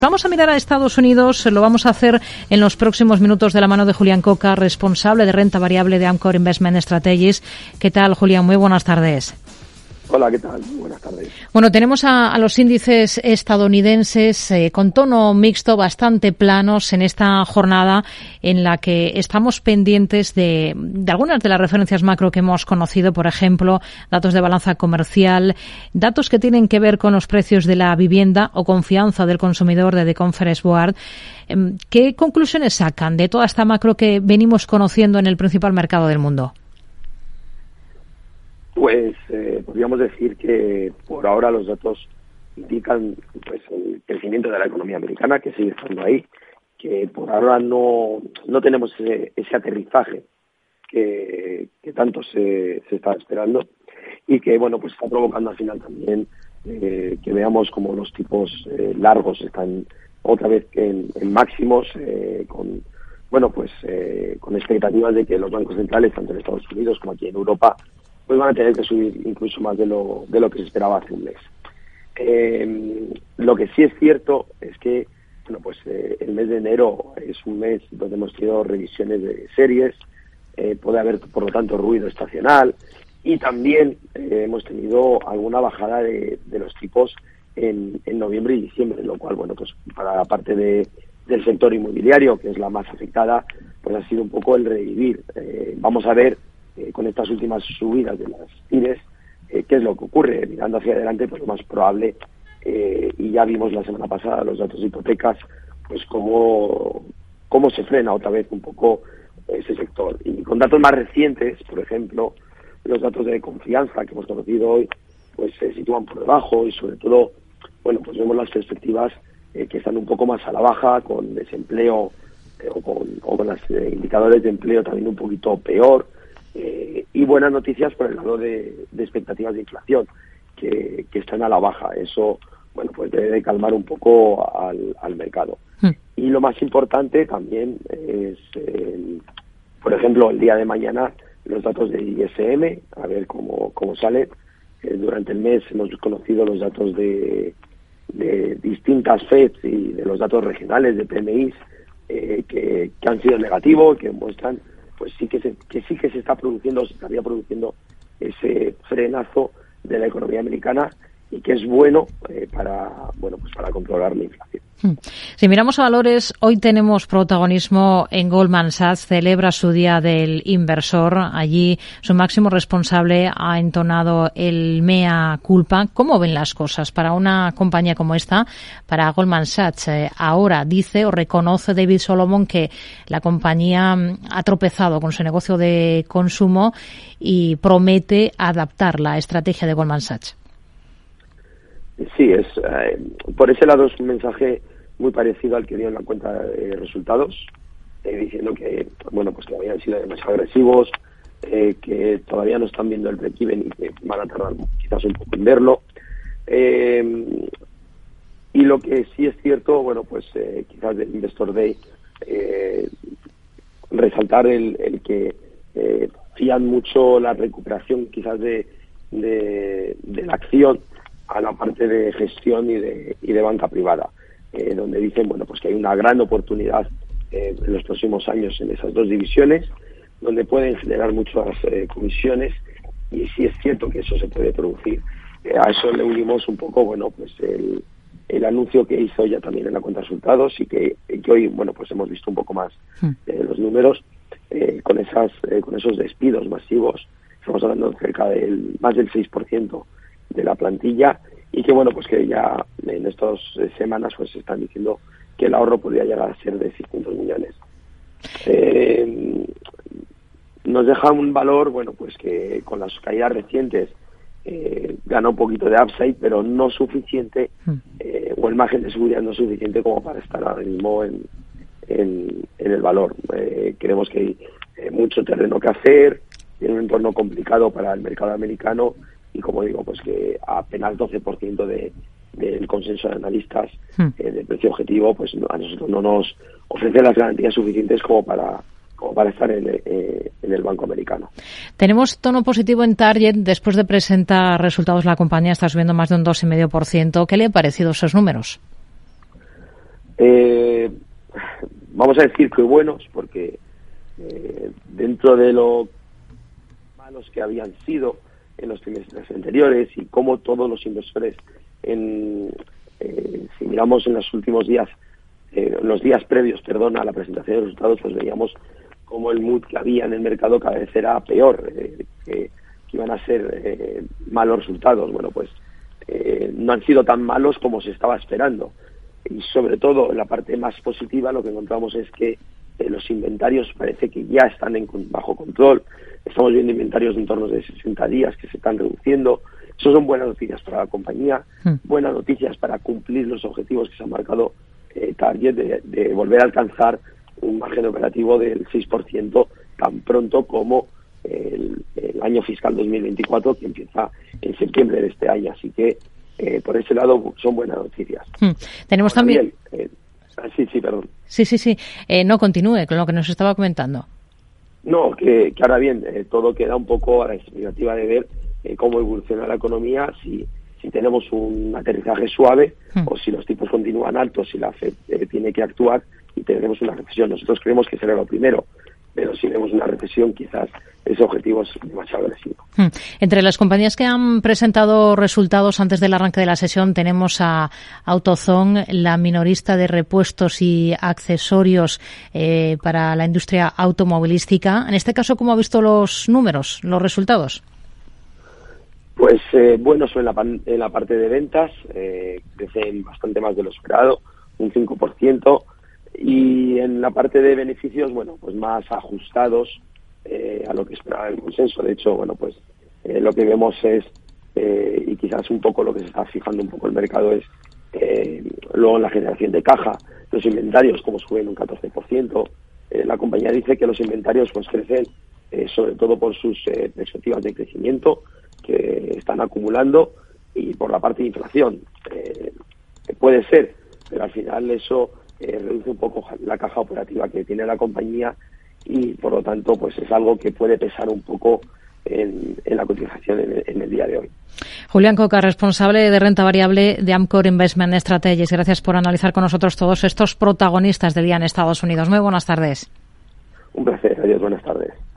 Vamos a mirar a Estados Unidos, lo vamos a hacer en los próximos minutos de la mano de Julián Coca, responsable de renta variable de Amcor Investment Strategies. ¿Qué tal, Julián? Muy buenas tardes. Hola, ¿qué tal? Buenas tardes. Bueno, tenemos a los índices estadounidenses con tono mixto, bastante planos en esta jornada en la que estamos pendientes de algunas de las referencias macro que hemos conocido, por ejemplo, datos de balanza comercial, datos que tienen que ver con los precios de la vivienda o confianza del consumidor de The Conference Board. ¿Qué conclusiones sacan de toda esta macro que venimos conociendo en el principal mercado del mundo? Pues podríamos decir que por ahora los datos indican pues el crecimiento de la economía americana, que sigue estando ahí, que por ahora no tenemos ese aterrizaje que tanto se está esperando y que bueno pues está provocando al final también que veamos como los tipos largos están otra vez en máximos con expectativas de que los bancos centrales tanto en Estados Unidos como aquí en Europa pues van a tener que subir incluso más de lo que se esperaba hace un mes. Lo que sí es cierto es que el mes de enero es un mes donde hemos tenido revisiones de series, puede haber por lo tanto ruido estacional y también hemos tenido alguna bajada de los tipos en noviembre y diciembre, lo cual pues para la parte del sector inmobiliario, que es la más afectada, pues ha sido un poco el revivir. Vamos a ver con estas últimas subidas de las TIRES, qué es lo que ocurre. Mirando hacia adelante, pues lo más probable, y ya vimos la semana pasada los datos de hipotecas, pues cómo se frena otra vez un poco ese sector. Y con datos más recientes, por ejemplo, los datos de confianza que hemos conocido hoy, pues se sitúan por debajo y sobre todo, pues vemos las perspectivas que están un poco más a la baja, con desempleo o con los indicadores de empleo también un poquito peor. Y buenas noticias por el lado de expectativas de inflación que están a la baja. Eso pues debe de calmar un poco al mercado. Y lo más importante también es por ejemplo el día de mañana los datos de ISM, a ver cómo salen. Durante el mes hemos conocido los datos de distintas FEDs y de los datos regionales de PMIs que han sido negativos, que muestran pues sí que se está produciendo, se estaría produciendo ese frenazo de la economía americana y que es bueno para controlar la inflación. Si miramos a valores, hoy tenemos protagonismo en Goldman Sachs, celebra su Día del Inversor. Allí su máximo responsable ha entonado el mea culpa. ¿Cómo ven las cosas para una compañía como esta, para Goldman Sachs? Ahora dice o reconoce David Solomon que la compañía ha tropezado con su negocio de consumo y promete adaptar la estrategia de Goldman Sachs. Sí, por ese lado es un mensaje muy parecido al que dio en la cuenta de resultados, diciendo que que habían sido demasiado agresivos, que todavía no están viendo el break-even y que van a tardar quizás un poco en verlo. Y lo que sí es cierto, quizás del Investor Day, resaltar el que fían mucho la recuperación quizás de la acción a la parte de gestión y de banca privada, donde dicen que hay una gran oportunidad en los próximos años en esas dos divisiones, donde pueden generar muchas comisiones, y sí es cierto que eso se puede producir. A eso le unimos un poco el anuncio que hizo ya también en la cuenta de resultados y que hoy hemos visto un poco más los números con esos despidos masivos. Estamos hablando cerca del más del 6% de la plantilla y que que ya en estas semanas se están diciendo que el ahorro podría llegar a ser de 600 millones. Nos deja un valor que con las caídas recientes gana un poquito de upside, pero no suficiente, o el margen de seguridad no es suficiente como para estar ahora mismo en el valor. Creemos que hay mucho terreno que hacer, tiene un entorno complicado para el mercado americano y, como digo, que apenas 12% del consenso de analistas de precio objetivo, a nosotros no nos ofrece las garantías suficientes como para estar en el banco americano. Tenemos tono positivo en Target. Después de presentar resultados, la compañía está subiendo más de un 2,5%. ¿Qué le han parecido esos números? vamos a decir que buenos, porque dentro de lo malos que habían sido en los trimestres anteriores y como todos los inversores, si miramos en los últimos días, los días previos, a la presentación de resultados, pues veíamos como el mood que había en el mercado cada vez era peor, que iban a ser malos resultados. Bueno, pues no han sido tan malos como se estaba esperando. Y sobre todo, en la parte más positiva, lo que encontramos es que los inventarios parece que ya están bajo control. Estamos viendo inventarios en torno de 60 días que se están reduciendo. Eso son buenas noticias para la compañía, buenas noticias para cumplir los objetivos que se han marcado Target de volver a alcanzar un margen operativo del 6% tan pronto como el año fiscal 2024, que empieza en septiembre de este año. Así que por ese lado son buenas noticias. Tenemos también... perdón. Sí. No, continúe con lo que nos estaba comentando. No, que ahora bien, todo queda un poco a la expectativa de ver cómo evoluciona la economía, si tenemos un aterrizaje suave o si los tipos continúan altos, si la FED tiene que actuar y tenemos una recesión. Nosotros creemos que será lo primero, pero si vemos una recesión, quizás ese objetivo es demasiado agresivo. Entre las compañías que han presentado resultados antes del arranque de la sesión tenemos a AutoZone, la minorista de repuestos y accesorios para la industria automovilística. En este caso, ¿cómo ha visto los números, los resultados? Pues buenos en la parte de ventas, crecen bastante más de lo esperado, un 5%, y en la parte de beneficios, bueno, pues más ajustados a lo que esperaba el consenso. De hecho, bueno, pues lo que vemos es, y quizás un poco lo que se está fijando un poco el mercado es, luego en la generación de caja, los inventarios como suben un 14%. La compañía dice que los inventarios pues crecen sobre todo por sus perspectivas de crecimiento que están acumulando y por la parte de inflación. Puede ser, pero al final eso reduce un poco la caja operativa que tiene la compañía y por lo tanto pues es algo que puede pesar un poco en la cotización en el día de hoy. Julián Coca, responsable de renta variable de Amcor Investment Strategies. Gracias por analizar con nosotros todos estos protagonistas del día en Estados Unidos. Muy buenas tardes. Un placer. Adiós, buenas tardes.